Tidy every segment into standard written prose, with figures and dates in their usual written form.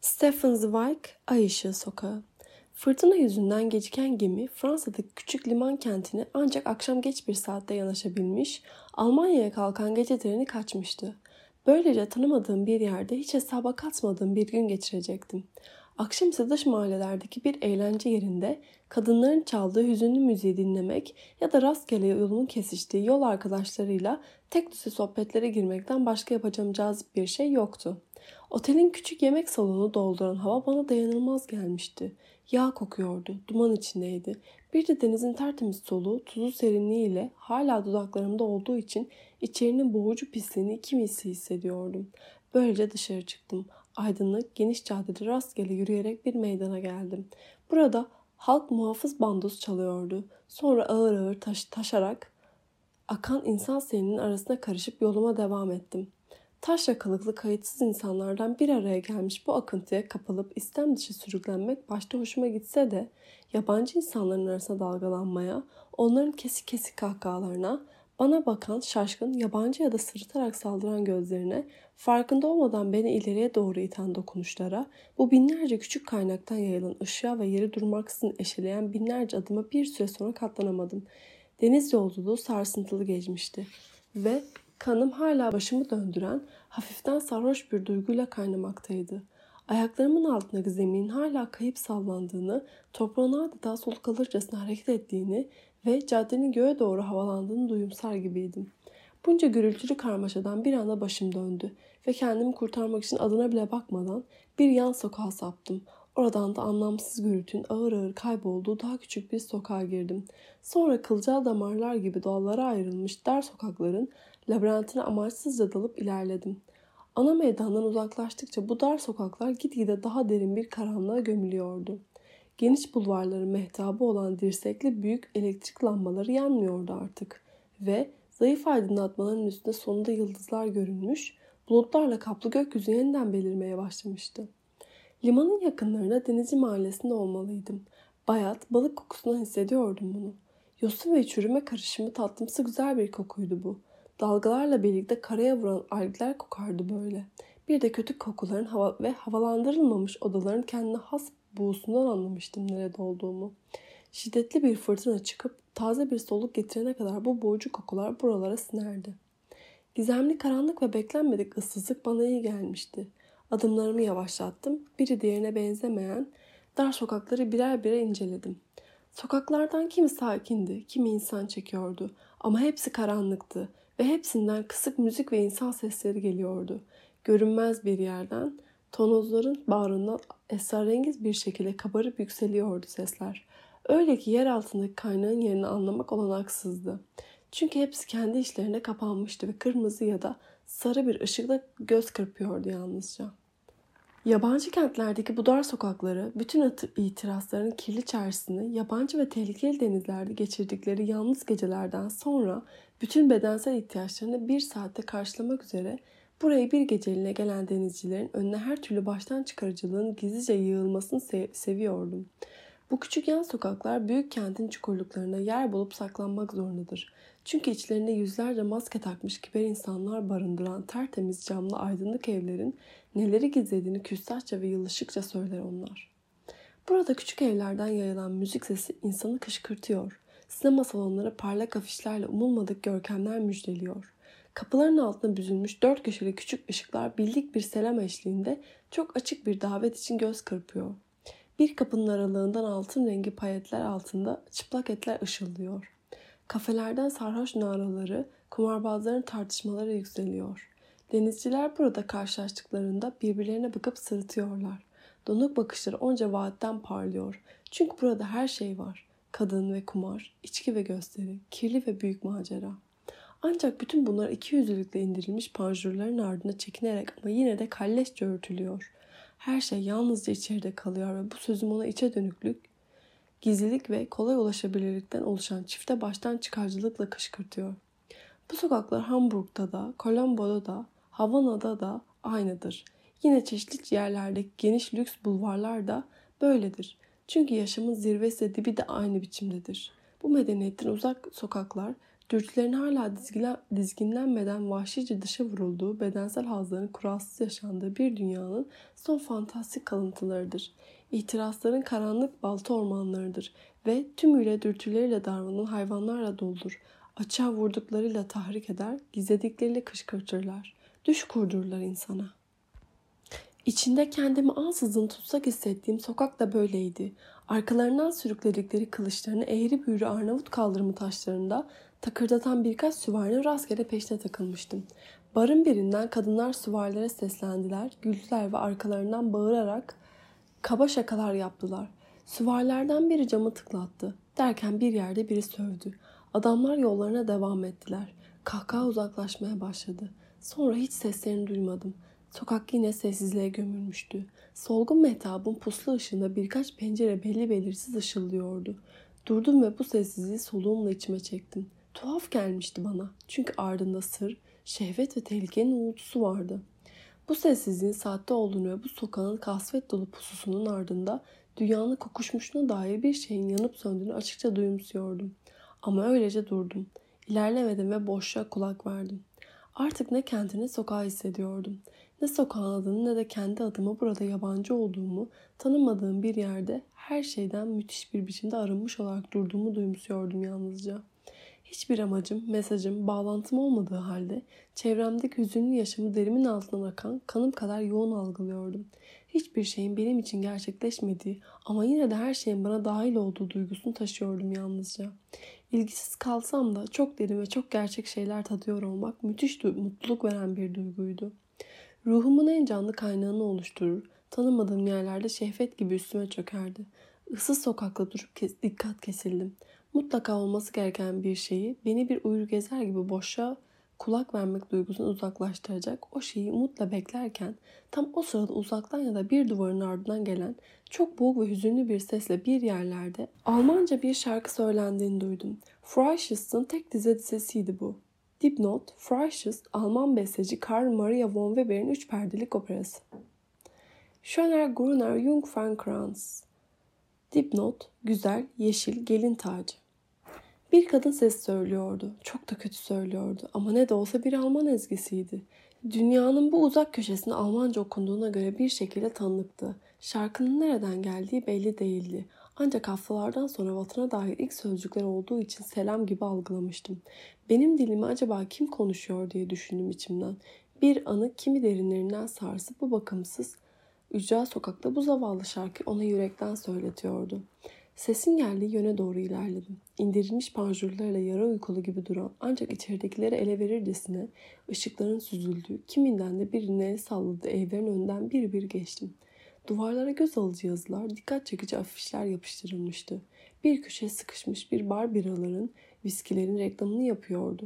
Stefan Zweig, Ay Işığı Sokağı. Fırtına yüzünden geciken gemi Fransa'daki küçük liman kentine ancak akşam geç bir saatte yanaşabilmiş, Almanya'ya kalkan gece treni kaçmıştı. Böylece tanımadığım bir yerde hiç hesaba katmadığım bir gün geçirecektim. Akşam ise dış mahallelerdeki bir eğlence yerinde kadınların çaldığı hüzünlü müziği dinlemek ya da rastgele yolunun kesiştiği yol arkadaşlarıyla tek düze sohbetlere girmekten başka yapacağım cazip bir şey yoktu. Otelin küçük yemek salonunu dolduran hava bana dayanılmaz gelmişti. Yağ kokuyordu, duman içindeydi. Bir de denizin tertemiz soluğu, tuzlu serinliğiyle hala dudaklarımda olduğu için içerinin boğucu pisliğini iki misli hissediyordum. Böylece dışarı çıktım. Aydınlık, geniş caddede rastgele yürüyerek bir meydana geldim. Burada halk muhafız bandosu çalıyordu. Sonra ağır ağır taşarak akan insan selinin arasına karışıp yoluma devam ettim. Taşra kılıklı kayıtsız insanlardan bir araya gelmiş bu akıntıya kapılıp istem dışı sürüklenmek başta hoşuma gitse de yabancı insanların arasına dalgalanmaya, onların kesik kesik kahkahalarına, bana bakan şaşkın, yabancı ya da sırıtarak saldıran gözlerine, farkında olmadan beni ileriye doğru iten dokunuşlara, bu binlerce küçük kaynaktan yayılan ışığa ve yeri durmaksızın eşeleyen binlerce adıma bir süre sonra katlanamadım. Deniz yolculuğu sarsıntılı geçmişti ve kanım hala başımı döndüren, hafiften sarhoş bir duyguyla kaynamaktaydı. Ayaklarımın altındaki zeminin hala kayıp sallandığını, toprağın adeta soluk alırcasına hareket ettiğini ve caddenin göğe doğru havalandığını duyumsar gibiydim. Bunca gürültülü karmaşadan bir anda başım döndü ve kendimi kurtarmak için adına bile bakmadan bir yan sokağa saptım. Oradan da anlamsız gürültünün ağır ağır kaybolduğu daha küçük bir sokağa girdim. Sonra kılcal damarlar gibi dallara ayrılmış dar sokakların labirentine amaçsızca dalıp ilerledim. Ana meydandan uzaklaştıkça bu dar sokaklar gitgide daha derin bir karanlığa gömülüyordu. Geniş bulvarların mehtabı olan dirsekli büyük elektrik lambaları yanmıyordu artık ve zayıf aydınlatmaların üstünde sonunda yıldızlar görünmüş, bulutlarla kaplı gökyüzü yeniden belirmeye başlamıştı. Limanın yakınlarında Denizci Mahallesi'nde olmalıydım. Bayat, balık kokusundan hissediyordum bunu. Yosun ve çürüme karışımı tatlımsı güzel bir kokuydu bu. Dalgalarla birlikte karaya vuran algler kokardı böyle. Bir de kötü kokuların ve havalandırılmamış odaların kendine has buğusundan anlamıştım nerede olduğumu. Şiddetli bir fırtına çıkıp taze bir soluk getirene kadar bu boğucu kokular buralara sinerdi. Gizemli karanlık ve beklenmedik ıssızlık bana iyi gelmişti. Adımlarımı yavaşlattım. Biri diğerine benzemeyen dar sokakları birer birer inceledim. Sokaklardan kimi sakindi, kimi insan çekiyordu. Ama hepsi karanlıktı ve hepsinden kısık müzik ve insan sesleri geliyordu. Görünmez bir yerden, tonozların bağrından esrarengiz bir şekilde kabarıp yükseliyordu sesler. Öyle ki yer altındaki kaynağın yerini anlamak olanaksızdı. Çünkü hepsi kendi işlerine kapanmıştı ve kırmızı ya da sarı bir ışıkla göz kırpıyordu yalnızca. Yabancı kentlerdeki bu dar sokakları, bütün itirazların kirli çarşısını, yabancı ve tehlikeli denizlerde geçirdikleri yalnız gecelerden sonra bütün bedensel ihtiyaçlarını bir saatte karşılamak üzere buraya bir geceliğine gelen denizcilerin önüne her türlü baştan çıkarıcılığın gizlice yığılmasını seviyordum. Bu küçük yan sokaklar büyük kentin çukurluklarına yer bulup saklanmak zorundadır. Çünkü içlerinde yüzlerce maske takmış kibar insanlar barındıran tertemiz camlı aydınlık evlerin neleri gizlediğini küstahça ve yılışıkça söyler onlar. Burada küçük evlerden yayılan müzik sesi insanı kışkırtıyor. Sinema salonları parlak afişlerle umulmadık görkemler müjdeliyor. Kapıların altına büzülmüş 4 köşeli küçük ışıklar bildik bir selam eşliğinde çok açık bir davet için göz kırpıyor. Bir kapının aralığından altın rengi payetler altında çıplak etler ışıldıyor. Kafelerden sarhoş naraları, kumarbazların tartışmaları yükseliyor. Denizciler burada karşılaştıklarında birbirlerine bakıp sırıtıyorlar. Donuk bakışları onca vaatten parlıyor. Çünkü burada her şey var. Kadın ve kumar, içki ve gösteri, kirli ve büyük macera. Ancak bütün bunlar ikiyüzlülükle indirilmiş panjurların ardına çekinerek ama yine de kalleşçe örtülüyor. Her şey yalnızca içeride kalıyor ve bu sözüm ona içe dönüklük, gizlilik ve kolay ulaşabilirlikten oluşan çifte baştan çıkarcılıkla kışkırtıyor. Bu sokaklar Hamburg'da da, Kolombo'da da, Havana'da da aynıdır. Yine çeşitli yerlerdeki geniş lüks bulvarlar da böyledir. Çünkü yaşamın zirvesi ve dibi de aynı biçimdedir. Bu medeniyetten uzak sokaklar Dürtülerin hala dizginlenmeden vahşice dışa vurulduğu, bedensel hazların kuralsız yaşandığı bir dünyanın son fantastik kalıntılarıdır. İhtirasların karanlık balta ormanlarıdır ve tümüyle dürtüleriyle davranan hayvanlarla doludur. Açığa vurduklarıyla tahrik eder, gizledikleriyle kışkırtırlar. Düş kurdururlar insana. İçinde kendimi ansızın tutsak hissettiğim sokak da böyleydi. Arkalarından sürükledikleri kılıçlarını eğri büğrü Arnavut kaldırımı taşlarında takırdatan birkaç süvarinin rastgele peşine takılmıştım. Barın birinden kadınlar süvarilere seslendiler, güldüler ve arkalarından bağırarak kaba şakalar yaptılar. Süvarilerden biri camı tıklattı. Derken bir yerde biri sövdü. Adamlar yollarına devam ettiler. Kahkaha uzaklaşmaya başladı. Sonra hiç seslerini duymadım. Sokak yine sessizliğe gömülmüştü. Solgun mehtabın puslu ışığında birkaç pencere belli belirsiz ışıldıyordu. Durdum ve bu sessizliği soluğumla içime çektim. Tuhaf gelmişti bana. Çünkü ardında sır, şehvet ve tehlikenin uğultusu vardı. Bu sessizliğin saatte olduğunu ve bu sokağın kasvet dolu pususunun ardında dünyanın kokuşmuşluğuna dair bir şeyin yanıp söndüğünü açıkça duyumsuyordum. Ama öylece durdum. İlerlemedim ve boşluğa kulak verdim. Artık ne kenti ne sokağı hissediyordum. Ne sokağın adını ne de kendi adıma burada yabancı olduğumu, tanımadığım bir yerde her şeyden müthiş bir biçimde arınmış olarak durduğumu duyumsuyordum yalnızca. Hiçbir amacım, mesajım, bağlantım olmadığı halde çevremdeki hüzünlü yaşamı derimin altından akan kanım kadar yoğun algılıyordum. Hiçbir şeyin benim için gerçekleşmediği ama yine de her şeyin bana dahil olduğu duygusunu taşıyordum yalnızca. İlgisiz kalsam da çok derin ve çok gerçek şeyler tadıyor olmak müthiş mutluluk veren bir duyguydu. Ruhumun en canlı kaynağını oluşturur, tanımadığım yerlerde şehvet gibi üstüme çökerdi. Issız sokakta durup dikkat kesildim. Mutlaka olması gereken bir şeyi beni bir uyur gezer gibi boşa kulak vermek duygusunu uzaklaştıracak o şeyi umutla beklerken tam o sırada uzaktan ya da bir duvarın ardından gelen çok boğuk ve hüzünlü bir sesle bir yerlerde Almanca bir şarkı söylendiğini duydum. Freischütz'ın tek dize dizesiydi bu. Dipnot, Freischütz, Alman besteci Karl Maria von Weber'in 3 perdelik operası. Schöner Gruner Jungfernkranz. Dipnot, güzel, yeşil, gelin tacı. Bir kadın ses söylüyordu. Çok da kötü söylüyordu ama ne de olsa bir Alman ezgisiydi. Dünyanın bu uzak köşesinde Almanca okunduğuna göre bir şekilde tanıdıktı. Şarkının nereden geldiği belli değildi. Ancak haftalardan sonra vatana dair ilk sözcükler olduğu için selam gibi algılamıştım. Benim dilimi acaba kim konuşuyor diye düşündüm içimden. Bir anı kimi derinlerinden sarsıp bu bakımsız, ücra sokakta bu zavallı şarkı ona yürekten söyletiyordu. Sesin geldiği yöne doğru ilerledim. İndirilmiş panjurlarıyla yarı uykulu gibi duran ancak içeridekileri ele verircesine ışıkların süzüldüğü, kiminden de birinin el salladığı evlerin önünden bir bir geçtim. Duvarlara göz alıcı yazılar, dikkat çekici afişler yapıştırılmıştı. Bir köşeye sıkışmış bir bar biraların, viskilerin reklamını yapıyordu.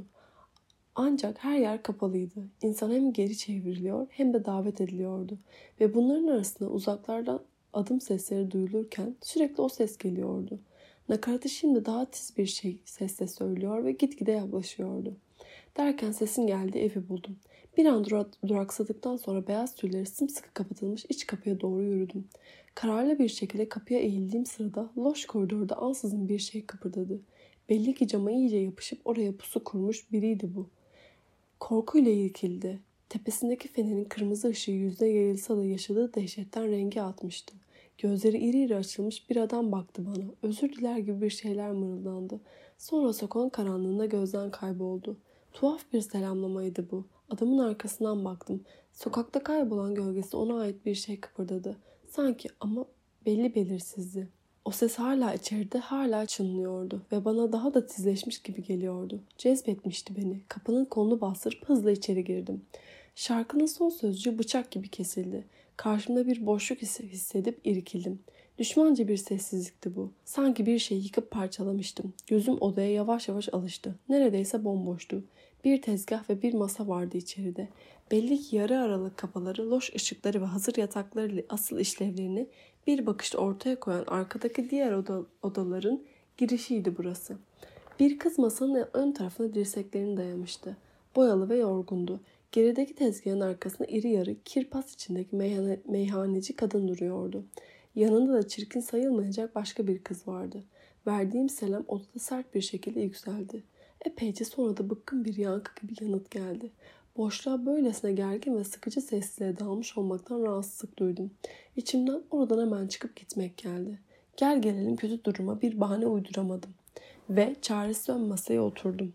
Ancak her yer kapalıydı. İnsan hem geri çevriliyor hem de davet ediliyordu. Ve bunların arasında uzaklardan adım sesleri duyulurken sürekli o ses geliyordu. Nakaratı şimdi daha tiz bir sesle söylüyor ve gitgide yaklaşıyordu. Derken sesin geldiği evi buldum. Bir an duraksadıktan sonra beyaz tülleri sımsıkı kapatılmış iç kapıya doğru yürüdüm. Kararlı bir şekilde kapıya eğildiğim sırada loş koridorda ansızın bir şey kıpırdadı. Belli ki cama iyice yapışıp oraya pusu kurmuş biriydi bu. Korkuyla irkildi. Tepesindeki fenerin kırmızı ışığı yüzüne yayılsa da yaşadığı dehşetten rengi atmıştı. Gözleri iri iri açılmış bir adam baktı bana. Özür diler gibi bir şeyler mırıldandı. Sonra sokağın karanlığında gözden kayboldu. Tuhaf bir selamlamaydı bu. Adamın arkasından baktım. Sokakta kaybolan gölgesi ona ait bir şey kıpırdadı. Sanki ama belli belirsizdi. O ses hala içeride, hala çınlıyordu ve bana daha da tizleşmiş gibi geliyordu. Cezbetmişti beni. Kapının kolunu bastırıp hızla içeri girdim. Şarkının son sözcüğü bıçak gibi kesildi. Karşımda bir boşluk hissedip irkildim. Düşmanca bir sessizlikti bu. Sanki bir şeyi yıkıp parçalamıştım. Gözüm odaya yavaş yavaş alıştı. Neredeyse bomboştu. Bir tezgah ve bir masa vardı içeride. Belli ki yarı aralık kapıları, loş ışıkları ve hazır yataklarıyla asıl işlevlerini bir bakışta ortaya koyan arkadaki diğer odaların girişiydi burası. Bir kız masanın ön tarafına dirseklerini dayamıştı. Boyalı ve yorgundu. Gerideki tezgahın arkasında iri yarı kirpas içindeki meyhaneci kadın duruyordu. Yanında da çirkin sayılmayacak başka bir kız vardı. Verdiğim selam odada sert bir şekilde yükseldi. Epeyce sonra da bıkkın bir yankı gibi yanıt geldi. Boşluğa böylesine gergin ve sıkıcı sessizliğe dalmış olmaktan rahatsızlık duydum. İçimden oradan hemen çıkıp gitmek geldi. Gel gelelim kötü duruma bir bahane uyduramadım. Ve çaresiz ön masaya oturdum.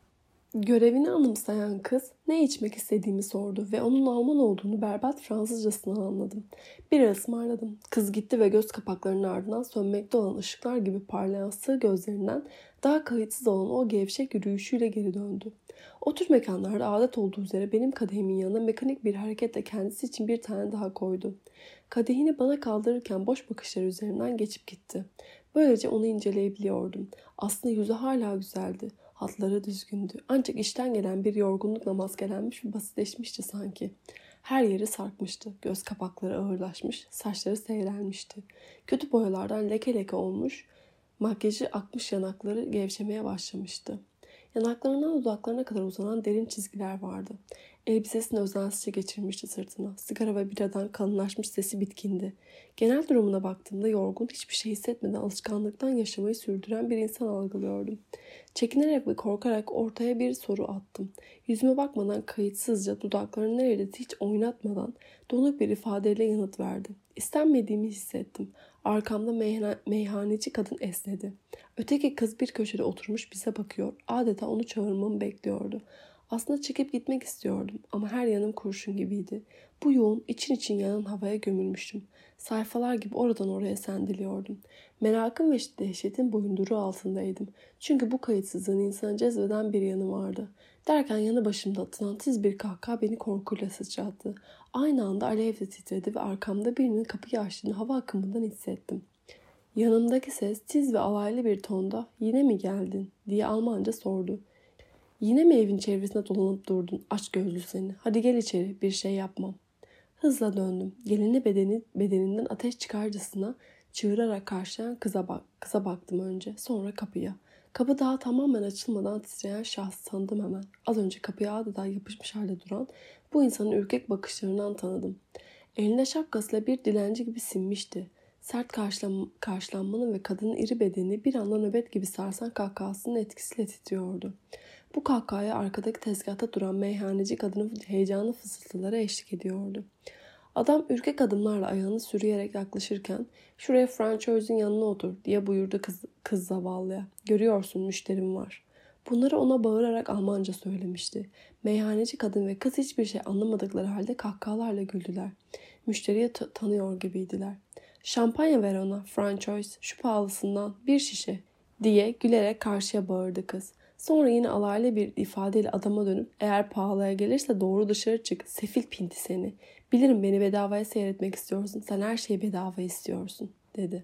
Görevini anımsayan kız ne içmek istediğimi sordu ve onun Alman olduğunu berbat Fransızcasından anladım. Bira ısmarladım. Kız gitti ve göz kapaklarının ardından sönmekte olan ışıklar gibi parlayan sığ gözlerinden daha kayıtsız olan o gevşek yürüyüşüyle geri döndü. O tür mekanlarda adet olduğu üzere benim kadehimin yanına mekanik bir hareketle kendisi için bir tane daha koydu. Kadehini bana kaldırırken boş bakışları üzerinden geçip gitti. Böylece onu inceleyebiliyordum. Aslında yüzü hala güzeldi. Hatları düzgündü. Ancak işten gelen bir yorgunlukla maskelenmiş ve basitleşmişti sanki. Her yeri sarkmıştı. Göz kapakları ağırlaşmış, saçları seyrelmişti. Kötü boyalardan leke leke olmuş, makyajı akmış yanakları gevşemeye başlamıştı. Yanaklarından dudaklarına kadar uzanan derin çizgiler vardı. Elbisesini özensizce geçirmişti sırtına. Sigara ve biradan kalınlaşmış sesi bitkindi. Genel durumuna baktığımda yorgun, hiçbir şey hissetmeden alışkanlıktan yaşamayı sürdüren bir insan algılıyordum. Çekinerek ve korkarak ortaya bir soru attım. Yüzüme bakmadan kayıtsızca, dudaklarını neredeyse hiç oynatmadan donuk bir ifadeyle yanıt verdi. İstenmediğimi hissettim. Arkamda meyhaneci kadın esnedi. Öteki kız bir köşede oturmuş bize bakıyor. Adeta onu çağırmamı bekliyordu. Aslında çekip gitmek istiyordum ama her yanım kurşun gibiydi. Bu yoğun, için için yanan havaya gömülmüştüm. Sayfalar gibi oradan oraya sendiliyordum. Merakım ve dehşetin boyunduruğu altındaydım. Çünkü bu kayıtsızlığın insanı cezbeden bir yanı vardı. Derken yanı başımda atılan tiz bir kahkaha beni korkuyla sıçrattı. Aynı anda alev de titredi ve arkamda birinin kapıyı açtığını hava akımından hissettim. Yanımdaki ses tiz ve alaylı bir tonda "Yine mi geldin?" diye Almanca sordu. "Yine mi evin çevresinde dolanıp durdun? Aç gözlü seni. Hadi gel içeri, bir şey yapmam." Hızla döndüm. Gelini bedeninden ateş çıkarcasına çığırarak karşılayan kıza baktım önce. Sonra kapıya. Kapı daha tamamen açılmadan titreyen şahsı tanıdım hemen. Az önce kapıya adeta yapışmış halde duran bu insanın ürkek bakışlarından tanıdım. Elinde şapkasıyla bir dilenci gibi sinmişti. Sert karşılanmanın ve kadının iri bedeni bir anda nöbet gibi sarsan kahkahasının etkisiyle titriyordu. Bu kahkahaya arkadaki tezgahta duran meyhaneci kadının heyecanlı fısıltıları eşlik ediyordu. Adam ürkek adımlarla ayağını sürüyerek yaklaşırken "Şuraya Franchot'un yanına otur" diye buyurdu kız zavallıya. "Görüyorsun, müşterim var." Bunları ona bağırarak Almanca söylemişti. Meyhaneci kadın ve kız hiçbir şey anlamadıkları halde kahkahalarla güldüler. Müşteriyi tanıyor gibiydiler. "Şampanya ver ona, Franchot, şu pahalısından bir şişe" diye gülerek karşıya bağırdı kız. Sonra yine alaylı bir ifadeyle adama dönüp "Eğer pahalıya gelirse doğru dışarı çık, sefil pinti seni. Bilirim beni bedavaya seyretmek istiyorsun, sen her şeyi bedava istiyorsun" dedi.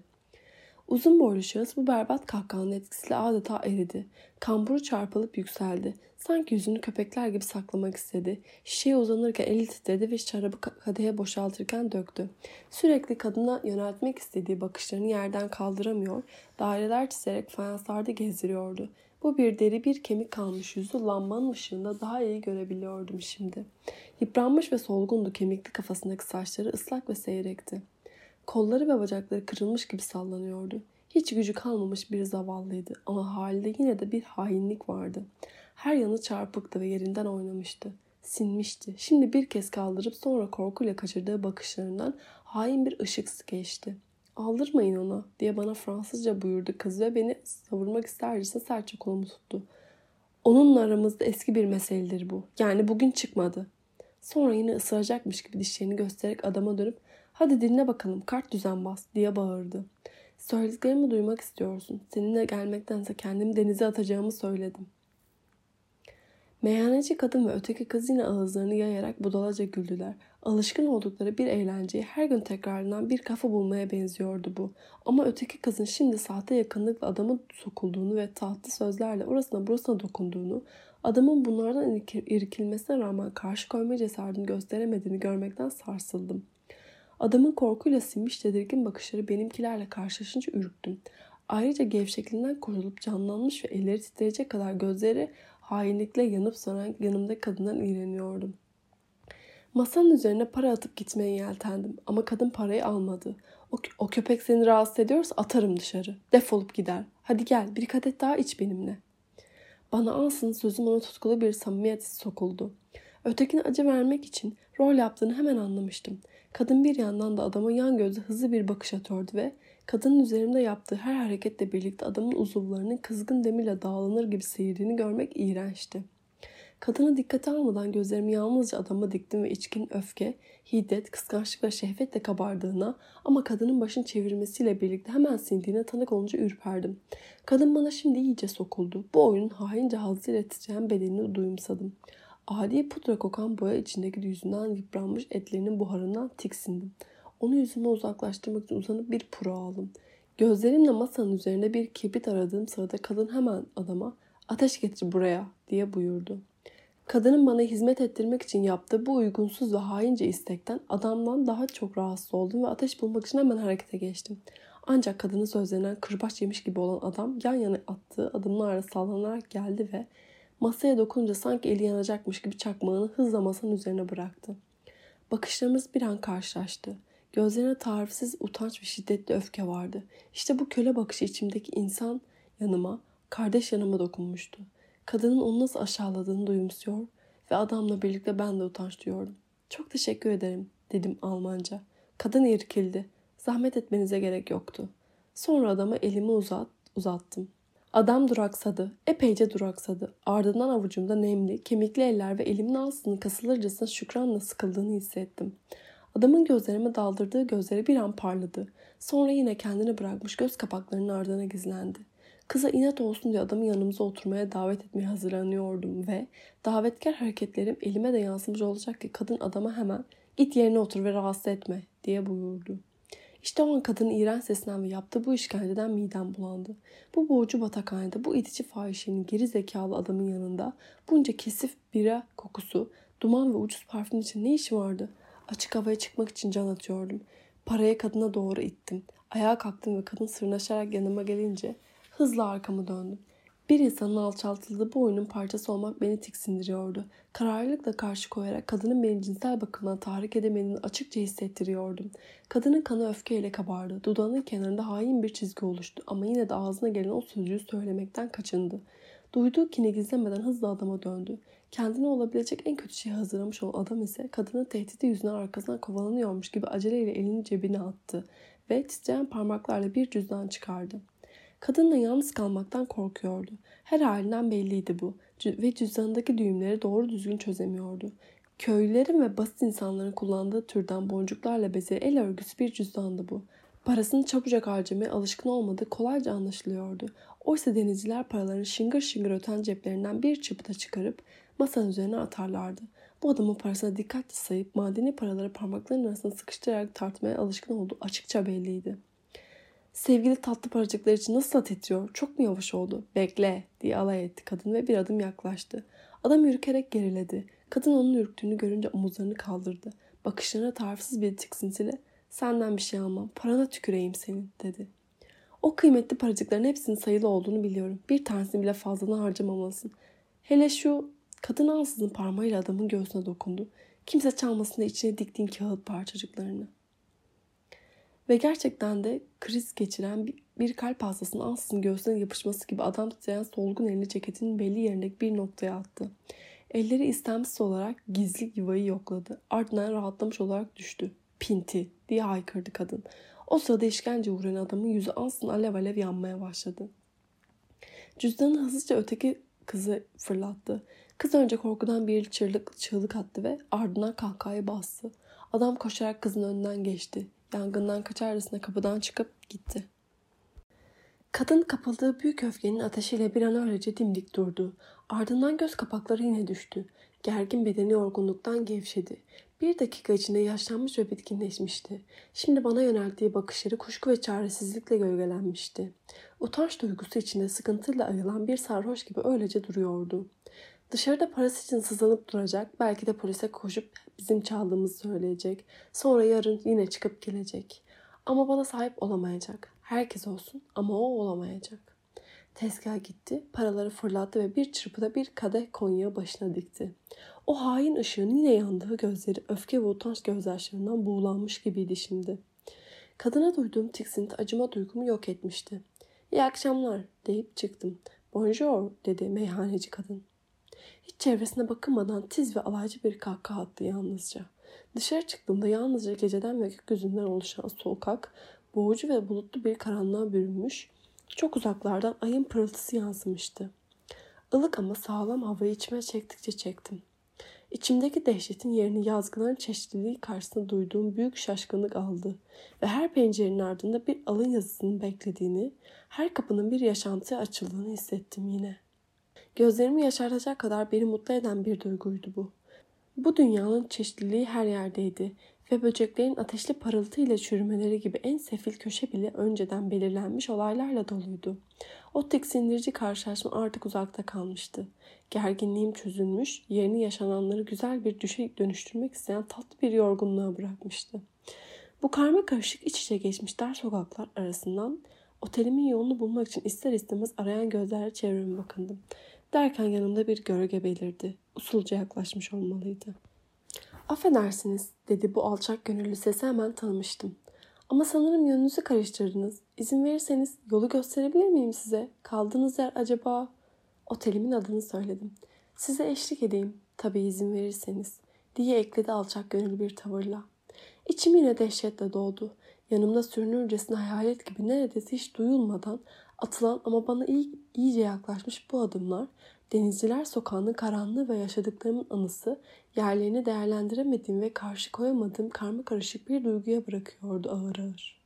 Uzun boylu şahıs bu berbat kahkahanın etkisiyle adeta eridi. Kamburu çarpılıp yükseldi. Sanki yüzünü köpekler gibi saklamak istedi. Şişeye uzanırken eli titredi ve şarabı kadehe boşaltırken döktü. Sürekli kadına yöneltmek istediği bakışlarını yerden kaldıramıyor, daireler çizerek fayanslarda gezdiriyordu. Bu bir deri bir kemik kalmış yüzü lambanın ışığında daha iyi görebiliyordum şimdi. Yıpranmış ve solgundu, kemikli kafasındaki saçları ıslak ve seyrekti. Kolları ve bacakları kırılmış gibi sallanıyordu. Hiç gücü kalmamış bir zavallıydı ama halinde yine de bir hainlik vardı. Her yanı çarpıktı ve yerinden oynamıştı. Sinmişti. Şimdi bir kez kaldırıp sonra korkuyla kaçırdığı bakışlarından hain bir ışık geçti. "Aldırmayın ona" diye bana Fransızca buyurdu kız ve beni savurmak istercesine sertçe kolumu tuttu. "Onunla aramızda eski bir meseledir bu. Yani bugün çıkmadı." Sonra yine ısıracakmış gibi dişlerini göstererek adama dönüp "Hadi dinle bakalım, kart düzenbaz" diye bağırdı. "Söylediklerimi duymak istiyorsun. Seninle gelmektense kendimi denize atacağımı söyledim." Meyhaneci kadın ve öteki kız yine ağızlarını yayarak budalaca güldüler. Alışkın oldukları bir eğlenceyi her gün tekrarlanan bir kafa bulmaya benziyordu bu. Ama öteki kızın şimdi sahte yakınlıkla adamın sokulduğunu ve tahtlı sözlerle orasına burasına dokunduğunu, adamın bunlardan irkilmesine rağmen karşı koyma cesaretini gösteremediğini görmekten sarsıldım. Adamın korkuyla sinmiş tedirgin bakışları benimkilerle karşılaşınca ürktüm. Ayrıca gevşekliğinden kurulup canlanmış ve elleri titreyecek kadar gözleri hainlikle yanıp sönen yanımdaki kadından iğreniyordum. Masanın üzerine para atıp gitmeye yeltendim ama kadın parayı almadı. O köpek seni rahatsız ediyorsa atarım dışarı. Defolup gider. Hadi gel bir kadeh daha iç benimle." Bana ansızın sözüm ona tutkulu bir samimiyet sokuldu. Ötekine acı vermek için rol yaptığını hemen anlamıştım. Kadın bir yandan da adama yan gözle hızlı bir bakış atıyordu ve kadının üzerimde yaptığı her hareketle birlikte adamın uzuvlarının kızgın demirle dağlanır gibi seyirdiğini görmek iğrençti. Kadını dikkate almadan gözlerimi yalnızca adama diktim ve içkin öfke, hiddet, kıskançlık ve şehvetle kabardığına ama kadının başını çevirmesiyle birlikte hemen sindiğine tanık olunca ürperdim. Kadın bana şimdi iyice sokuldu. Bu oyunun haince hazzıyla titreyen bedenini duyumsadım. Adi pudra kokan boya içindeki yüzünden yıpranmış etlerinin buharından tiksindim. Onu yüzüme uzaklaştırmak için uzanıp bir puro aldım. Gözlerimle masanın üzerinde bir kibrit aradığım sırada kadın hemen adama "Ateş getir buraya" diye buyurdu. Kadının bana hizmet ettirmek için yaptığı bu uygunsuz ve haince istekten adamdan daha çok rahatsız oldum ve ateş bulmak için hemen harekete geçtim. Ancak kadının sözlerinden kırbaç yemiş gibi olan adam yan yana attığı adımlarla sallanarak geldi ve masaya dokununca sanki eli yanacakmış gibi çakmağını hızla masanın üzerine bıraktı. Bakışlarımız bir an karşılaştı. Gözlerine tarifsiz utanç ve şiddetli öfke vardı. İşte bu köle bakışı içimdeki insan yanıma, kardeş yanıma dokunmuştu. Kadının onu nasıl aşağıladığını duyumsuyor ve adamla birlikte ben de utanç duyuyordum. "Çok teşekkür ederim," dedim Almanca. Kadın irkildi. "Zahmet etmenize gerek yoktu." Sonra adama elimi uzattım. Adam duraksadı. Epeyce duraksadı. Ardından avucumda nemli, kemikli eller ve elimin ağzının kasılırcasına şükranla sıkıldığını hissettim. Adamın gözlerime daldırdığı gözleri bir an parladı. Sonra yine kendini bırakmış göz kapaklarının ardına gizlendi. Kıza inat olsun diye adamı yanımıza oturmaya davet etmeye hazırlanıyordum ve davetkar hareketlerim elime de yansımış olacak ki kadın adama hemen "Git yerine otur ve rahatsız etme" diye buyurdu. İşte o an kadının iğrenç sesinden ve yaptığı bu işkenceden midem bulandı. Bu boğucu batakhanede, bu itici fahişenin geri zekalı adamın yanında bunca kesif bira kokusu, duman ve ucuz parfüm için ne işi vardı? Açık havaya çıkmak için can atıyordum. Parayı kadına doğru ittim. Ayağa kalktım ve kadın sırnaşarak yanıma gelince hızla arkamı döndüm. Bir insanın alçaltıldığı bu oyunun parçası olmak beni tiksindiriyordu. Kararlılıkla karşı koyarak kadının beni cinsel bakımdan tahrik edemediğini açıkça hissettiriyordum. Kadının kanı öfkeyle kabardı. Dudağının kenarında hain bir çizgi oluştu ama yine de ağzına gelen o sözcüğü söylemekten kaçındı. Duyduğu kini gizlemeden hızla adama döndü. Kendine olabilecek en kötü şeyi hazırlamış olan adam ise kadının tehdidi yüzünden arkasından kovalanıyormuş gibi aceleyle elini cebine attı ve titreyen parmaklarla bir cüzdan çıkardı. Kadınla yalnız kalmaktan korkuyordu. Her halinden belliydi bu ve cüzdanındaki düğümleri doğru düzgün çözemiyordu. Köylülerin ve basit insanların kullandığı türden boncuklarla bezeli el örgüsü bir cüzdandı bu. Parasını çabucak harcamaya alışkın olmadığı kolayca anlaşılıyordu. Oysa denizciler paralarını şıngır şıngır öten ceplerinden bir çıpıta çıkarıp masanın üzerine atarlardı. Bu adamın parasına dikkatle sayıp madeni paraları parmaklarının arasına sıkıştırarak tartmaya alışkın olduğu açıkça belliydi. "Sevgili tatlı paracıklar için nasıl titriyor? Çok mu yavaş oldu?" "Bekle," diye alay etti kadın ve bir adım yaklaştı. Adam ürkerek geriledi. Kadın onun ürktüğünü görünce omuzlarını kaldırdı. Bakışlarına tarifsiz bir tiksintiyle "Senden bir şey almam, parana tüküreyim senin," dedi. "O kıymetli paracıkların hepsinin sayılı olduğunu biliyorum. Bir tanesini bile fazladan harcamamalısın. Hele şu..." Kadın ansızın parmağıyla adamın göğsüne dokundu. "Kimse çalmasın diye içine diktiğin kağıt parçacıklarını." Ve gerçekten de kriz geçiren bir kalp hastasının ansızın göğsüne yapışması gibi adam titreyen solgun elini ceketinin belli yerindeki bir noktaya attı. Elleri istemsiz olarak gizli yuvayı yokladı. Ardından rahatlamış olarak düştü. "Pinti!" diye haykırdı kadın. O sırada işkence uğrayan adamın yüzü ansızın alev alev yanmaya başladı. Cüzdanını hızlıca öteki kızı fırlattı. Kız önce korkudan bir çığlık attı ve ardından kahkahayı bastı. Adam koşarak kızın önünden geçti. Yangından kaçarcasına kapıdan çıkıp gitti. Kadın kapıldığı büyük öfkenin ateşiyle bir an öylece dimdik durdu. Ardından göz kapakları yine düştü. Gergin bedeni yorgunluktan gevşedi. Bir dakika içinde yaşlanmış ve bitkinleşmişti. Şimdi bana yönelttiği bakışları kuşku ve çaresizlikle gölgelenmişti. Utanç duygusu içinde sıkıntıyla ayılan bir sarhoş gibi öylece duruyordu. Dışarıda parası için sızlanıp duracak, belki de polise koşup bizim çaldığımızı söyleyecek. Sonra yarın yine çıkıp gelecek. Ama bana sahip olamayacak. Herkes olsun ama o olamayacak. Tezgah gitti, paraları fırlattı ve bir çırpıda bir kadeh konyağı başına dikti. O hain ışığın yine yandığı gözleri öfke ve utanç gözyaşlarından buğulanmış gibiydi şimdi. Kadına duyduğum tiksinti acıma duygumu yok etmişti. "İyi akşamlar," deyip çıktım. Bonjour dedi meyhaneci kadın. Hiç çevresine bakınmadan tiz ve alaycı bir kahkaha attı yalnızca. Dışarı çıktığımda yalnızca geceden ve gökyüzünden oluşan sokak, boğucu ve bulutlu bir karanlığa bürünmüş, çok uzaklardan ayın pırıltısı yansımıştı. Ilık ama sağlam havayı içime çektikçe çektim. İçimdeki dehşetin yerini yazgıların çeşitliliği karşısında duyduğum büyük şaşkınlık aldı ve her pencerenin ardında bir alın yazısının beklediğini, her kapının bir yaşantıya açıldığını hissettim yine. Gözlerimi yaşartacak kadar beni mutlu eden bir duyguydu bu. Bu dünyanın çeşitliliği her yerdeydi ve böceklerin ateşli parıltıyla çürümeleri gibi en sefil köşe bile önceden belirlenmiş olaylarla doluydu. O tiksindirici karşılaşma artık uzakta kalmıştı. Gerginliğim çözülmüş, yerini yaşananları güzel bir düşe dönüştürmek isteyen tatlı bir yorgunluğa bırakmıştı. Bu karma karışık iç içe geçmiş dar sokaklar arasından otelimin yolunu bulmak için ister istemez arayan gözlerle çevreme bakındım. Derken yanımda bir gölge belirdi. Usulca yaklaşmış olmalıydı. Affedersiniz dedi bu alçak gönüllü sesi hemen tanımıştım. Ama sanırım yönünüzü karıştırdınız. İzin verirseniz yolu gösterebilir miyim size? Kaldığınız yer acaba... Otelimin adını söyledim. Size eşlik edeyim. Tabii izin verirseniz diye ekledi alçak gönüllü bir tavırla. İçim yine dehşetle doldu. Yanımda sürünürcesine hayalet gibi neredeyse hiç duyulmadan atılan ama bana iyice yaklaşmış bu adımlar, Denizciler Sokağı'nın karanlığı ve yaşadıklarımın anısı yerlerini değerlendiremediğim ve karşı koyamadığım karmakarışık bir duyguya bırakıyordu ağır ağır.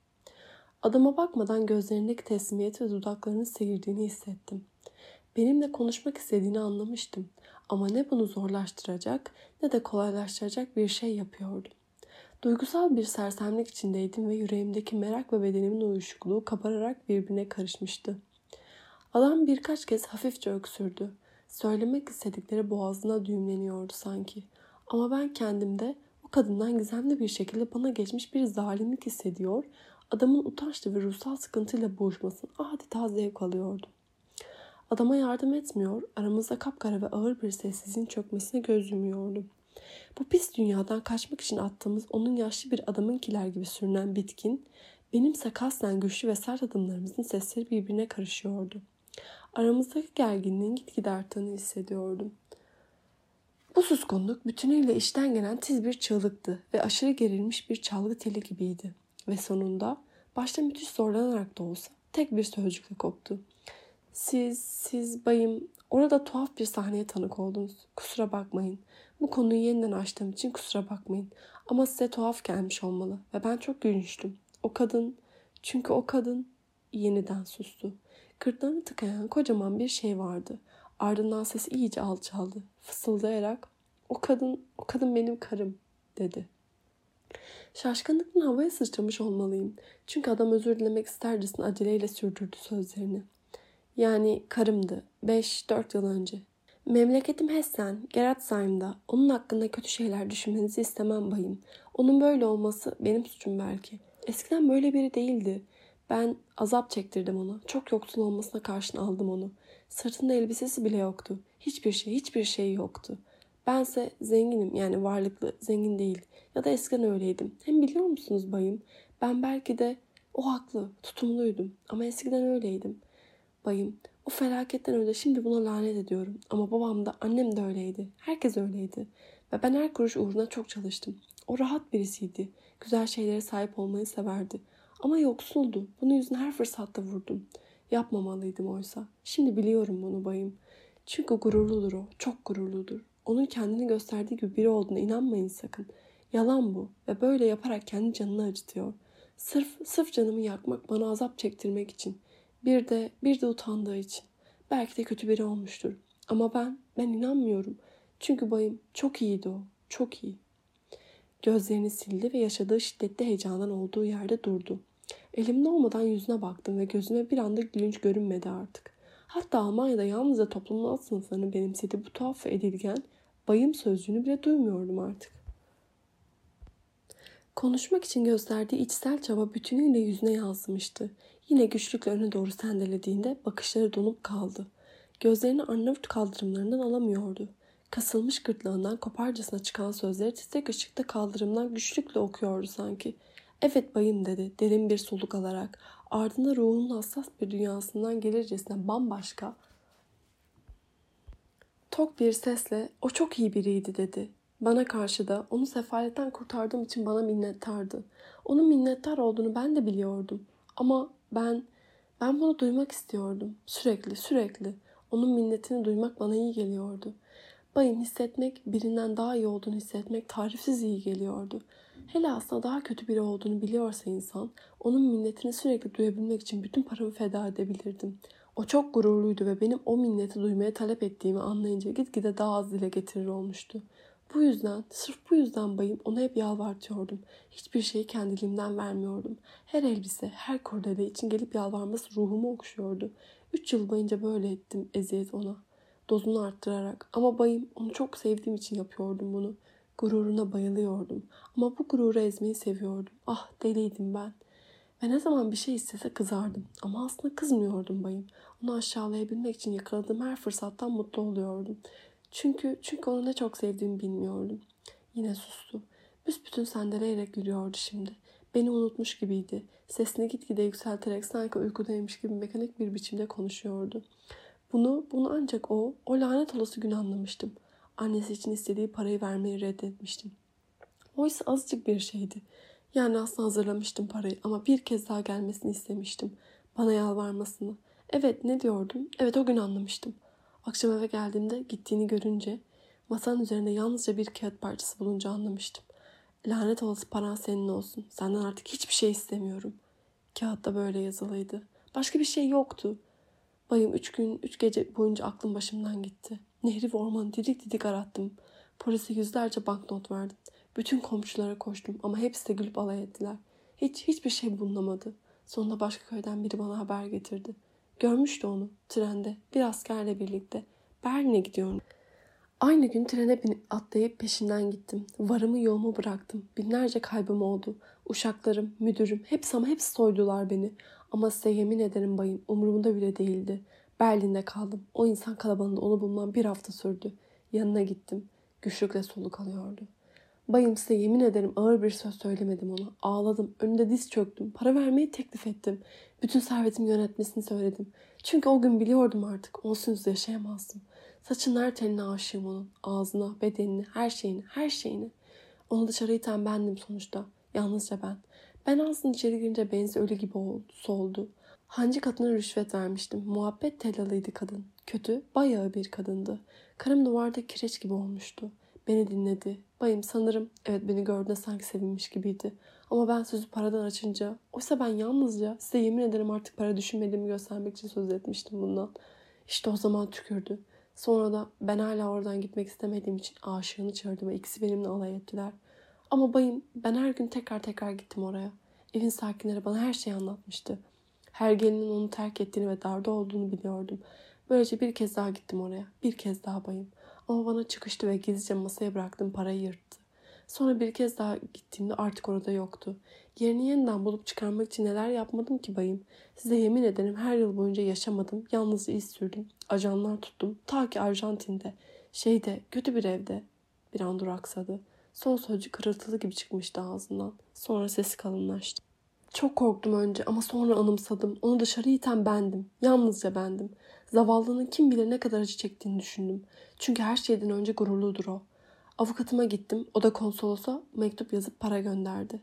Adama bakmadan gözlerindeki teslimiyet ve dudaklarının seyirdiğini hissettim. Benimle konuşmak istediğini anlamıştım ama ne bunu zorlaştıracak ne de kolaylaştıracak bir şey yapıyordum. Duygusal bir sersemlik içindeydim ve yüreğimdeki merak ve bedenimin uyuşukluğu kabararak birbirine karışmıştı. Adam birkaç kez hafifçe öksürdü. Söylemek istedikleri boğazına düğümleniyordu sanki. Ama ben kendimde o kadından gizemli bir şekilde bana geçmiş bir zalimlik hissediyor, adamın utançlı ve ruhsal sıkıntıyla boğuşmasını adeta zevk alıyordum. Adama yardım etmiyor, aramızda kapkara ve ağır bir sessizliğin çökmesine göz yumuyordum. Bu pis dünyadan kaçmak için attığımız onun yaşlı bir adamınkiler gibi sürünen bitkin, benimse kasten güçlü ve sert adımlarımızın sesleri birbirine karışıyordu. Aramızdaki gerginliğin gitgide arttığını hissediyordum. Bu suskunluk bütünüyle içten gelen tiz bir çığlıktı ve aşırı gerilmiş bir çalgı teli gibiydi. Ve sonunda başta müthiş zorlanarak da olsa tek bir sözcükle koptu. Siz bayım, orada tuhaf bir sahneye tanık oldunuz. Kusura bakmayın. Bu konuyu yeniden açtığım için kusura bakmayın. Ama size tuhaf gelmiş olmalı ve ben çok gülmüştüm. Çünkü o kadın yeniden sustu. Gırtlağını tıkayan kocaman bir şey vardı. Ardından sesi iyice alçaldı. Fısıldayarak o kadın benim karım dedi. Şaşkınlıktan havaya sıçramış olmalıyım. Çünkü adam özür dilemek istercesine aceleyle sürdürdü sözlerini. Yani karımdı. 5-4 yıl önce. Memleketim Hessen, Geratsheim'da. Onun hakkında kötü şeyler düşünmenizi istemem bayım. Onun böyle olması benim suçum belki. Eskiden böyle biri değildi. Ben azap çektirdim ona. Çok yoksul olmasına karşın aldım onu. Sırtında elbisesi bile yoktu. Hiçbir şey yoktu. Bense zenginim, yani varlıklı, zengin değil. Ya da eskiden öyleydim. Hem biliyor musunuz bayım? Ben belki de o haklı, tutumluydum. Ama eskiden öyleydim. Bayım, o felaketten önce şimdi buna lanet ediyorum. Ama babam da annem de öyleydi. Herkes öyleydi. Ve ben her kuruş uğruna çok çalıştım. O rahat birisiydi. Güzel şeylere sahip olmayı severdi. Ama yoksuldu. Bunun yüzüne her fırsatta vurdum. Yapmamalıydım oysa. Şimdi biliyorum bunu bayım. Çünkü gururludur o. Çok gururludur. Onun kendini gösterdiği gibi biri olduğuna inanmayın sakın. Yalan bu. Ve böyle yaparak kendi canını acıtıyor. Sırf canımı yakmak, bana azap çektirmek için. Bir de utandığı için. Belki de kötü biri olmuştur. Ama ben inanmıyorum. Çünkü bayım çok iyiydi o. Çok iyi. Gözlerini sildi ve yaşadığı şiddetli heyecandan olduğu yerde durdu. Elimde olmadan yüzüne baktım ve gözüme bir anda gülünç görünmedi artık. Hatta Almanya'da yalnızca toplumun alt sınıflarının benimsediği bu tuhaf ve edilgen bayım sözcüğünü bile duymuyordum artık. Konuşmak için gösterdiği içsel çaba bütünüyle yüzüne yansımıştı. Yine güçlükle öne doğru sendelediğinde bakışları donup kaldı. Gözlerini Arnavut kaldırımlarından alamıyordu. Kasılmış gırtlağından koparcasına çıkan sözleri titrek ışıkta kaldırımdan güçlükle okuyordu sanki. Evet bayım dedi derin bir soluk alarak. Ardında ruhunun hassas bir dünyasından gelircesine bambaşka, Tok bir sesle "O çok iyi biriydi" dedi. Bana karşı da onu sefaletten kurtardığım için bana minnettardı. Onun minnettar olduğunu ben de biliyordum. Ama ben bunu duymak istiyordum. Sürekli. Onun minnetini duymak bana iyi geliyordu. Bayım, hissetmek, birinden daha iyi olduğunu hissetmek tarifsiz iyi geliyordu. Hele aslında daha kötü biri olduğunu biliyorsa insan, onun minnetini sürekli duyabilmek için bütün paramı feda edebilirdim. O çok gururluydu ve benim o minneti duymaya talep ettiğimi anlayınca gitgide daha az dile getirir olmuştu. Sırf bu yüzden bayım ona hep yalvartıyordum. Hiçbir şeyi kendiliğimden vermiyordum. Her elbise, her kurdele için gelip yalvarması ruhumu okşuyordu. 3 yıl boyunca böyle ettim eziyet ona. Dozunu arttırarak. Ama bayım, onu çok sevdiğim için yapıyordum bunu. Gururuna bayılıyordum. Ama bu gururu ezmeyi seviyordum. Ah, deliydim ben. Ve ne zaman bir şey istese kızardım. Ama aslında kızmıyordum bayım. Onu aşağılayabilmek için yakaladığım her fırsattan mutlu oluyordum. Çünkü onu ne çok sevdiğimi bilmiyordum. Yine sustu. Büsbütün sendeleyerek yürüyordu şimdi. Beni unutmuş gibiydi. Sesini gitgide yükselterek sanki uykudaymış gibi mekanik bir biçimde konuşuyordu. Bunu ancak o lanet olası gün anlamıştım. Annesi için istediği parayı vermeyi reddetmiştim. Oysa azıcık bir şeydi. Yani aslında hazırlamıştım parayı ama bir kez daha gelmesini istemiştim. Bana yalvarmasını. Evet, ne diyordum? Evet, o gün anlamıştım. Akşam eve geldiğimde gittiğini görünce, masanın üzerinde yalnızca bir kağıt parçası bulunca anlamıştım. Lanet olası paran senin olsun. Senden artık hiçbir şey istemiyorum. Kağıtta böyle yazılıydı. Başka bir şey yoktu. Bayım, 3 gece boyunca aklım başımdan gitti. Nehri ve ormanı didik didik arattım. Polise yüzlerce banknot verdim. Bütün komşulara koştum ama hepsi de gülüp alay ettiler. Hiçbir şey bulunamadı. Sonunda başka köyden biri bana haber getirdi. Görmüştü onu trende bir askerle birlikte. Berlin'e gidiyorum. Aynı gün trene binip atlayıp peşinden gittim. Varımı yoğumu bıraktım. Binlerce kaybım oldu. Uşaklarım, müdürüm, hepsi soydular beni. Ama size yemin ederim bayım, umurumda bile değildi. Berlin'de kaldım. O insan kalabalığında onu bulmam bir hafta sürdü. Yanına gittim. Güçlükle soluk alıyordu. Bayım, size yemin ederim ağır bir söz söylemedim ona. Ağladım. Önünde diz çöktüm. Para vermeyi teklif ettim. Bütün servetimi yönetmesini söyledim. Çünkü o gün biliyordum artık. Onsuz yaşayamazdım. Saçın her teline aşığım onun. Ağzına, bedenine, her şeyini. Onu dışarı iten bendim sonuçta. Yalnızca ben. Ben aslında içeri girince benzi ölü gibi soldu. Hancı kadına rüşvet vermiştim. Muhabbet tellalıydı kadın. Kötü, bayağı bir kadındı. Karım duvarda kireç gibi olmuştu. Beni dinledi. Bayım, sanırım evet, beni gördüğünde sanki sevinmiş gibiydi. Ama ben sözü paradan açınca, oysa ben yalnızca size yemin ederim artık para düşünmediğimi göstermek için söz etmiştim bundan. İşte o zaman tükürdü. Sonra da ben hala oradan gitmek istemediğim için aşığını çağırdı ve ikisi benimle alay ettiler. Ama bayım, ben her gün tekrar gittim oraya. Evin sakinleri bana her şeyi anlatmıştı. Her gelinin onu terk ettiğini ve darda olduğunu biliyordum. Böylece bir kez daha gittim oraya. Bir kez daha bayım. Ama bana çıkıştı ve gizlice masaya bıraktığım parayı yırttı. Sonra bir kez daha gittiğimde artık orada yoktu. Yerini yeniden bulup çıkarmak için neler yapmadım ki bayım. Size yemin ederim her yıl boyunca yaşamadım. Yalnızca iz sürdüm. Ajanlar tuttum. Ta ki Arjantin'de. Kötü bir evde. Bir an duraksadı. Son sözcük kırıltılı gibi çıkmıştı ağzından. Sonra sesi kalınlaştı. Çok korktum önce ama sonra anımsadım. Onu dışarı iten bendim. Yalnızca bendim. Zavallının kim bilir ne kadar acı çektiğini düşündüm. Çünkü her şeyden önce gururludur o. Avukatıma gittim. O da konsolosa mektup yazıp para gönderdi.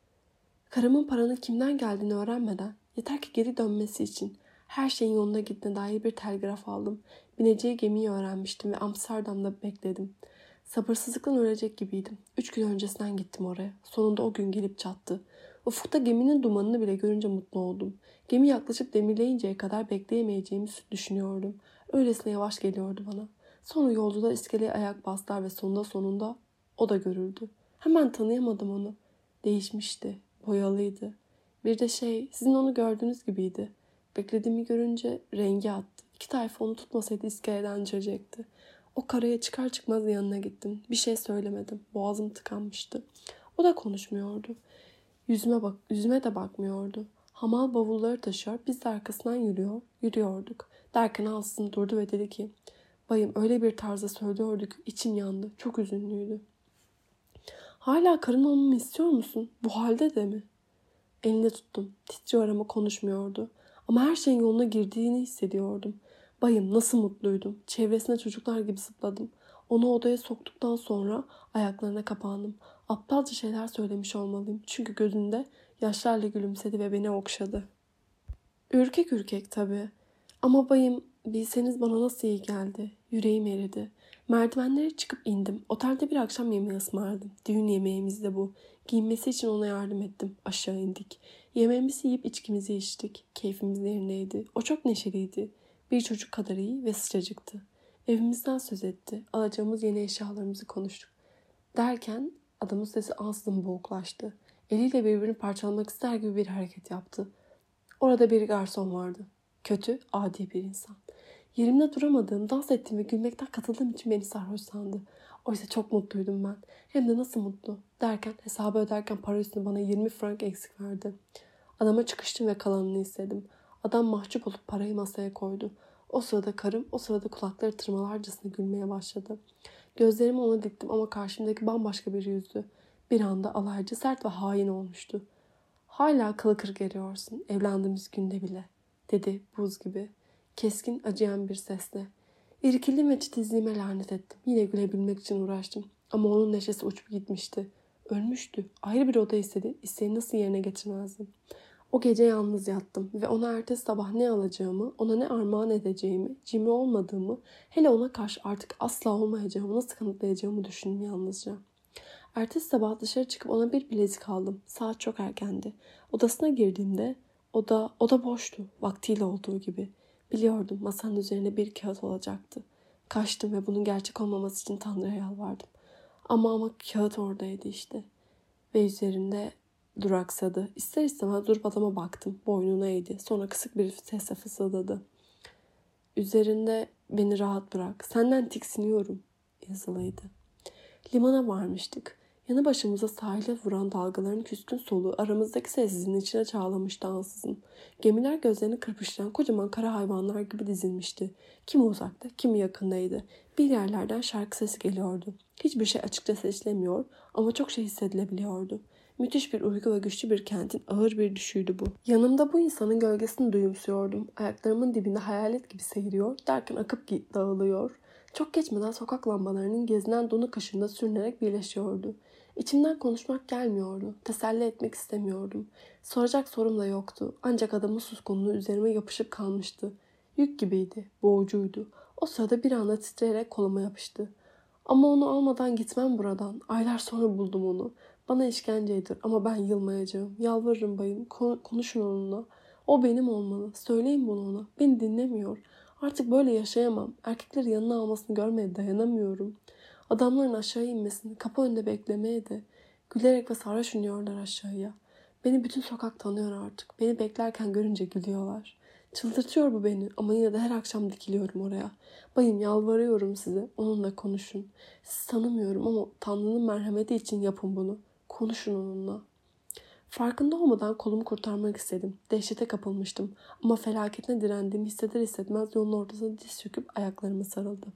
Karımın paranın kimden geldiğini öğrenmeden, yeter ki geri dönmesi için her şeyin yoluna gittiğine dair bir telgraf aldım. Bineceği gemiyi öğrenmiştim ve Amsterdam'da bekledim. Sabırsızlıktan ölecek gibiydim. 3 gün öncesinden gittim oraya. Sonunda o gün gelip çattı. Ufukta geminin dumanını bile görünce mutlu oldum. Gemi yaklaşıp demirleyinceye kadar bekleyemeyeceğimi düşünüyordum. Öylesine yavaş geliyordu bana. Sonra yolcular iskeleye ayak bastılar ve sonunda o da görüldü. Hemen tanıyamadım onu. Değişmişti. Boyalıydı. Bir de sizin onu gördüğünüz gibiydi. Beklediğimi görünce rengi attı. 2 tayfa onu tutmasaydı iskeleden düşecekti. O karaya çıkar çıkmaz yanına gittim. Bir şey söylemedim. Boğazım tıkanmıştı. O da konuşmuyordu. Yüzüme de bakmıyordu. Hamal bavulları taşıyor, biz de arkasından yürüyorduk. Derken ansızın durdu ve dedi ki, bayım, öyle bir tarzda söylüyordu ki içim yandı. Çok üzünlüydü. Hala karın olmamı istiyor musun? Bu halde de mi? Elinde tuttum. Titriyor ama konuşmuyordu. Ama her şeyin yoluna girdiğini hissediyordum. Bayım nasıl mutluydum. Çevresine çocuklar gibi zıpladım. Onu odaya soktuktan sonra ayaklarına kapandım. Aptalca şeyler söylemiş olmalıyım. Çünkü gözünde yaşlarla gülümsedi ve beni okşadı. Ürkek ürkek tabii. Ama bayım, bilseniz bana nasıl iyi geldi. Yüreğim eridi. Merdivenlere çıkıp indim. Otelde bir akşam yemeği ısmarladım. Düğün yemeğimiz de bu. Giyinmesi için ona yardım ettim. Aşağı indik. Yemeğimizi yiyip içkimizi içtik. Keyfimiz yerindeydi. O çok neşeliydi. Bir çocuk kadar iyi ve sıcacıktı. Evimizden söz etti. Alacağımız yeni eşyalarımızı konuştuk. Derken adamın sesi ansızın boğuklaştı. Eliyle birbirini parçalamak ister gibi bir hareket yaptı. Orada bir garson vardı. Kötü, adi bir insan. Yerimde duramadığım, dans ettiğim ve gülmekten katıldığım için beni sarhoş sandı. Oysa çok mutluydum ben. Hem de nasıl mutlu. Derken hesabı öderken para üstüne bana 20 frank eksik verdi. Adama çıkıştım ve kalanını istedim. Adam mahcup olup parayı masaya koydu. O sırada karım, o sırada kulakları tırmalarcasına gülmeye başladı. Gözlerimi ona diktim ama karşımdaki bambaşka bir yüzdü. Bir anda alaycı, sert ve hain olmuştu. "Hala kılı kırık eriyorsun, evlendiğimiz günde bile," dedi buz gibi. Keskin, acıyan bir sesle. İrkildim ve titizliğime lanet ettim. Yine gülebilmek için uğraştım. Ama onun neşesi uçup gitmişti. Ölmüştü. Ayrı bir oda istedi. İsteğini nasıl yerine getirmezdim. O gece yalnız yattım ve ona ertesi sabah ne alacağımı, ona ne armağan edeceğimi, cimri olmadığımı, hele ona karşı artık asla olmayacağımı nasıl kanıtlayacağımı düşündüm yalnızca. Ertesi sabah dışarı çıkıp ona bir bilezik aldım. Saat çok erkendi. Odasına girdiğimde oda boştu. Vaktiyle olduğu gibi. Biliyordum masanın üzerine bir kağıt olacaktı. Kaçtım ve bunun gerçek olmaması için Tanrı'ya yalvardım. Ama kağıt oradaydı işte. Ve üzerinde duraksadı. İster istemez durup adama baktım. Boynuna eğdi. Sonra kısık bir sesle fısıldadı. Üzerinde "Beni rahat bırak. Senden tiksiniyorum" yazılıydı. Limana varmıştık. Yanı başımıza sahile vuran dalgaların küskün soluğu aramızdaki sessizliğin içine çağlamıştı ansızın. Gemiler gözlerini kırpıştıran kocaman kara hayvanlar gibi dizilmişti. Kimi uzakta, kimi yakındaydı. Bir yerlerden şarkı sesi geliyordu. Hiçbir şey açıkça seçilemiyor ama çok şey hissedilebiliyordu. Müthiş bir uyku ve güçlü bir kentin ağır bir düşüydü bu. Yanımda bu insanın gölgesini duyumsuyordum. Ayaklarımın dibinde hayalet gibi seyiriyor, derken akıp dağılıyor. Çok geçmeden sokak lambalarının gezinen donuk ışığında sürünerek birleşiyordu. İçimden konuşmak gelmiyordu. Teselli etmek istemiyordum. Soracak sorum da yoktu. Ancak adamın suskunluğu üzerime yapışıp kalmıştı. Yük gibiydi, boğucuydu. O sırada bir anda titreyerek koluma yapıştı. "Ama onu almadan gitmem buradan. Aylar sonra buldum onu. Bana işkencedir ama ben yılmayacağım. Yalvarırım bayım, konuşun onunla. O benim olmalı. Söyleyin bunu ona. Beni dinlemiyor. Artık böyle yaşayamam. Erkekleri yanına almasını görmeye dayanamıyorum. Adamların aşağı inmesini, kapı önünde beklemeye de. Gülerek ve sarhoş iniyorlar aşağıya. Beni bütün sokak tanıyor artık. Beni beklerken görünce gülüyorlar. Çıldırtıyor bu beni ama yine de her akşam dikiliyorum oraya. Bayım, yalvarıyorum size. Onunla konuşun. Sizi tanımıyorum ama Tanrı'nın merhameti için yapın bunu. Konuşun onunla." Farkında olmadan kolumu kurtarmak istedim. Dehşete kapılmıştım. Ama felaketine direndiğimi hisseder hissetmez yolun ortasına diz çöküp ayaklarıma sarıldı.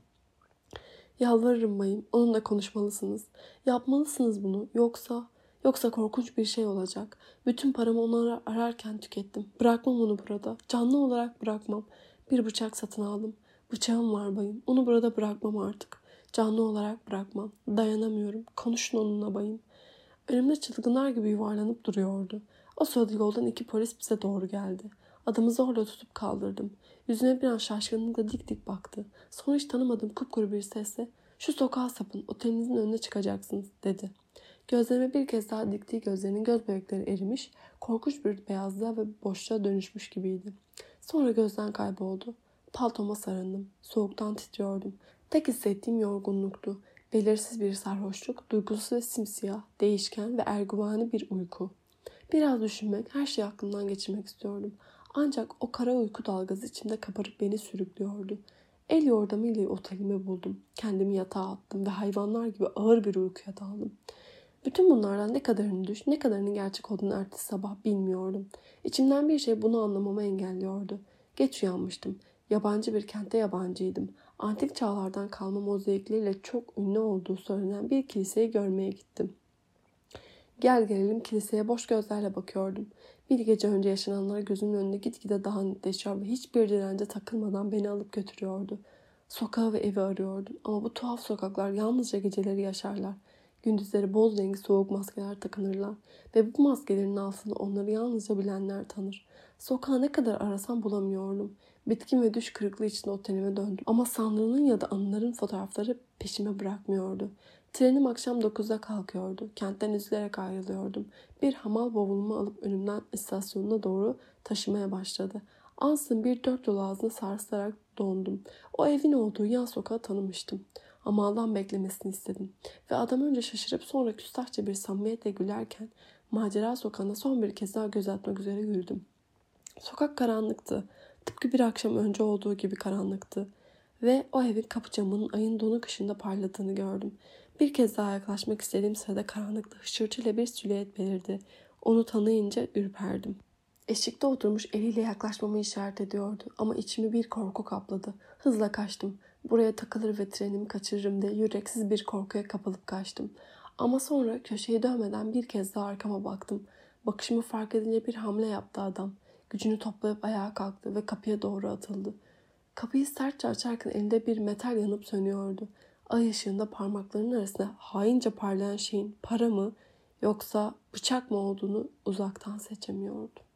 "Yalvarırım bayım, onunla konuşmalısınız. Yapmalısınız bunu. Yoksa korkunç bir şey olacak. Bütün paramı onu ararken tükettim. Bırakmam onu burada. Canlı olarak bırakmam. Bir bıçak satın aldım. Bıçağım var bayım. Onu burada bırakmam artık. Canlı olarak bırakmam. Dayanamıyorum. Konuşun onunla bayım." Önümde çılgınlar gibi yuvarlanıp duruyordu. O sırada yoldan 2 polis bize doğru geldi. Adamı zorla tutup kaldırdım. Yüzüme bir an şaşkınlıkla dik dik baktı. Sonra hiç tanımadığım kupkuru bir sesle "Şu sokağa sapın, otelinizin önüne çıkacaksınız," dedi. Gözlerime bir kez daha diktiği gözlerinin göz bebekleri erimiş, korkunç bir beyazlığa ve boşluğa dönüşmüş gibiydi. Sonra gözden kayboldu. Paltoma sarındım. Soğuktan titriyordum. Tek hissettiğim yorgunluktu. Belirsiz bir sarhoşluk, duygusuz ve simsiyah, değişken ve erguvani bir uyku. Biraz düşünmek, her şeyi aklımdan geçirmek istiyordum. Ancak o kara uyku dalgası içimde kabarıp beni sürüklüyordu. El yordamıyla otelimi buldum. Kendimi yatağa attım ve hayvanlar gibi ağır bir uykuya daldım. Bütün bunlardan ne kadarının düş, ne kadarının gerçek olduğunu ertesi sabah bilmiyordum. İçimden bir şey bunu anlamamı engelliyordu. Geç uyanmıştım. Yabancı bir kentte yabancıydım. Antik çağlardan kalma mozaikleriyle çok ünlü olduğu söylenen bir kiliseyi görmeye gittim. Gel gelelim kiliseye boş gözlerle bakıyordum. Bir gece önce yaşananlar gözümün önünde gitgide daha netleşiyor ve hiçbir dirence takılmadan beni alıp götürüyordu. Sokağı ve evi arıyordum ama bu tuhaf sokaklar yalnızca geceleri yaşarlar. Gündüzleri boz rengi soğuk maskeler takınırlar ve bu maskelerin altında onları yalnızca bilenler tanır. Sokağı ne kadar arasam bulamıyordum. Bitkin ve düş kırıklığı içinde otelime döndüm. Ama Sandra'nın ya da anıların fotoğrafları peşime bırakmıyordu. Trenim akşam 9'da kalkıyordu. Kentten üzülerek ayrılıyordum. Bir hamal bavulumu alıp önümden istasyonuna doğru taşımaya başladı. Ansın bir dört yol ağzına sarsılarak dondum. O evin olduğu yan sokağı tanımıştım. Hamaldan beklemesini istedim. Ve adam önce şaşırıp sonra küstahça bir samimiyetle gülerken macera sokağına son bir kez daha göz atmak üzere yürüdüm. Sokak karanlıktı. Tıpkı bir akşam önce olduğu gibi karanlıktı. Ve o evin kapı camının ayın donuk ışığında parladığını gördüm. Bir kez daha yaklaşmak istediğim sırada karanlıkta hışırtıyla bir silüet belirdi. Onu tanıyınca ürperdim. Eşikte oturmuş eliyle yaklaşmamı işaret ediyordu ama içimi bir korku kapladı. Hızla kaçtım. Buraya takılır ve trenimi kaçırırım diye yüreksiz bir korkuya kapılıp kaçtım. Ama sonra köşeyi dönmeden bir kez daha arkama baktım. Bakışımı fark edince bir hamle yaptı adam. Gücünü toplayıp ayağa kalktı ve kapıya doğru atıldı. Kapıyı sertçe açarken elinde bir metal yanıp sönüyordu. Ay ışığında parmaklarının arasında haince parlayan şeyin para mı yoksa bıçak mı olduğunu uzaktan seçemiyordu.